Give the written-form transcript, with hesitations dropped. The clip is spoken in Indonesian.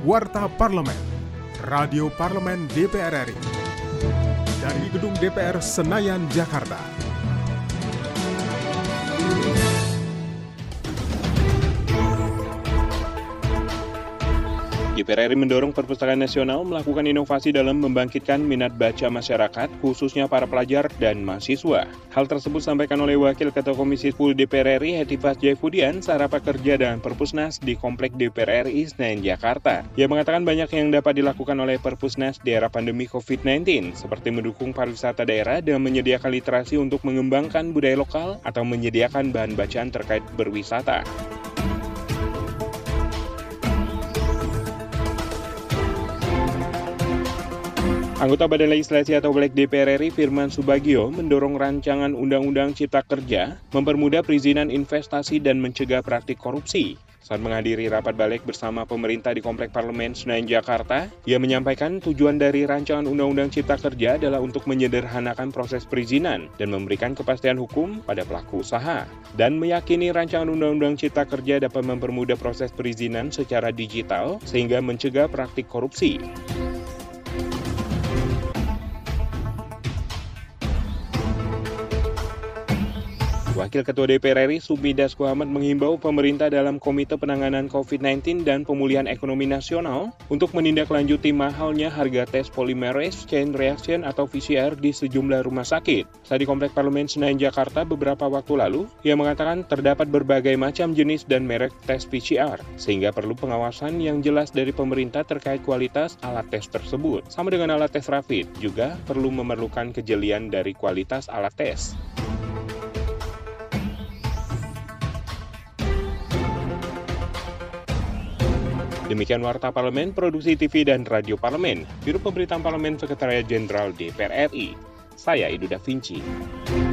Warta Parlemen, Radio Parlemen DPR RI. Dari Gedung DPR Senayan, Jakarta. DPR RI mendorong Perpustakaan Nasional melakukan inovasi dalam membangkitkan minat baca masyarakat, khususnya para pelajar dan mahasiswa. Hal tersebut disampaikan oleh Wakil Ketua Komisi 10 DPR RI, Hetifas Jaifudian, saat rapat kerja dan Perpusnas di Komplek DPR RI Senayan, Jakarta. Ia mengatakan banyak yang dapat dilakukan oleh Perpusnas di era pandemi COVID-19, seperti mendukung pariwisata daerah dan menyediakan literasi untuk mengembangkan budaya lokal atau menyediakan bahan bacaan terkait berwisata. Anggota Badan Legislasi atau BLEK DPR RI Firman Subagio mendorong rancangan Undang-Undang Cipta Kerja mempermudah perizinan investasi dan mencegah praktik korupsi. Saat menghadiri rapat balik bersama pemerintah di Komplek Parlemen Senayan, Jakarta, ia menyampaikan tujuan dari rancangan Undang-Undang Cipta Kerja adalah untuk menyederhanakan proses perizinan dan memberikan kepastian hukum pada pelaku usaha. Dan meyakini rancangan Undang-Undang Cipta Kerja dapat mempermudah proses perizinan secara digital sehingga mencegah praktik korupsi. Wakil Ketua DPR RI Sufmi Dasko Ahmad menghimbau pemerintah dalam Komite Penanganan COVID-19 dan Pemulihan Ekonomi Nasional untuk menindaklanjuti mahalnya harga tes Polymerase Chain Reaction atau PCR di sejumlah rumah sakit. Saat di Komplek Parlemen Senayan, Jakarta beberapa waktu lalu, ia mengatakan terdapat berbagai macam jenis dan merek tes PCR, sehingga perlu pengawasan yang jelas dari pemerintah terkait kualitas alat tes tersebut. Sama dengan alat tes rapid, juga perlu memerlukan kejelian dari kualitas alat tes. Demikian Warta Parlemen, Produksi TV dan Radio Parlemen, Biro Pemberitaan Parlemen Sekretariat Jenderal DPR RI. Saya Edo Da Vinci.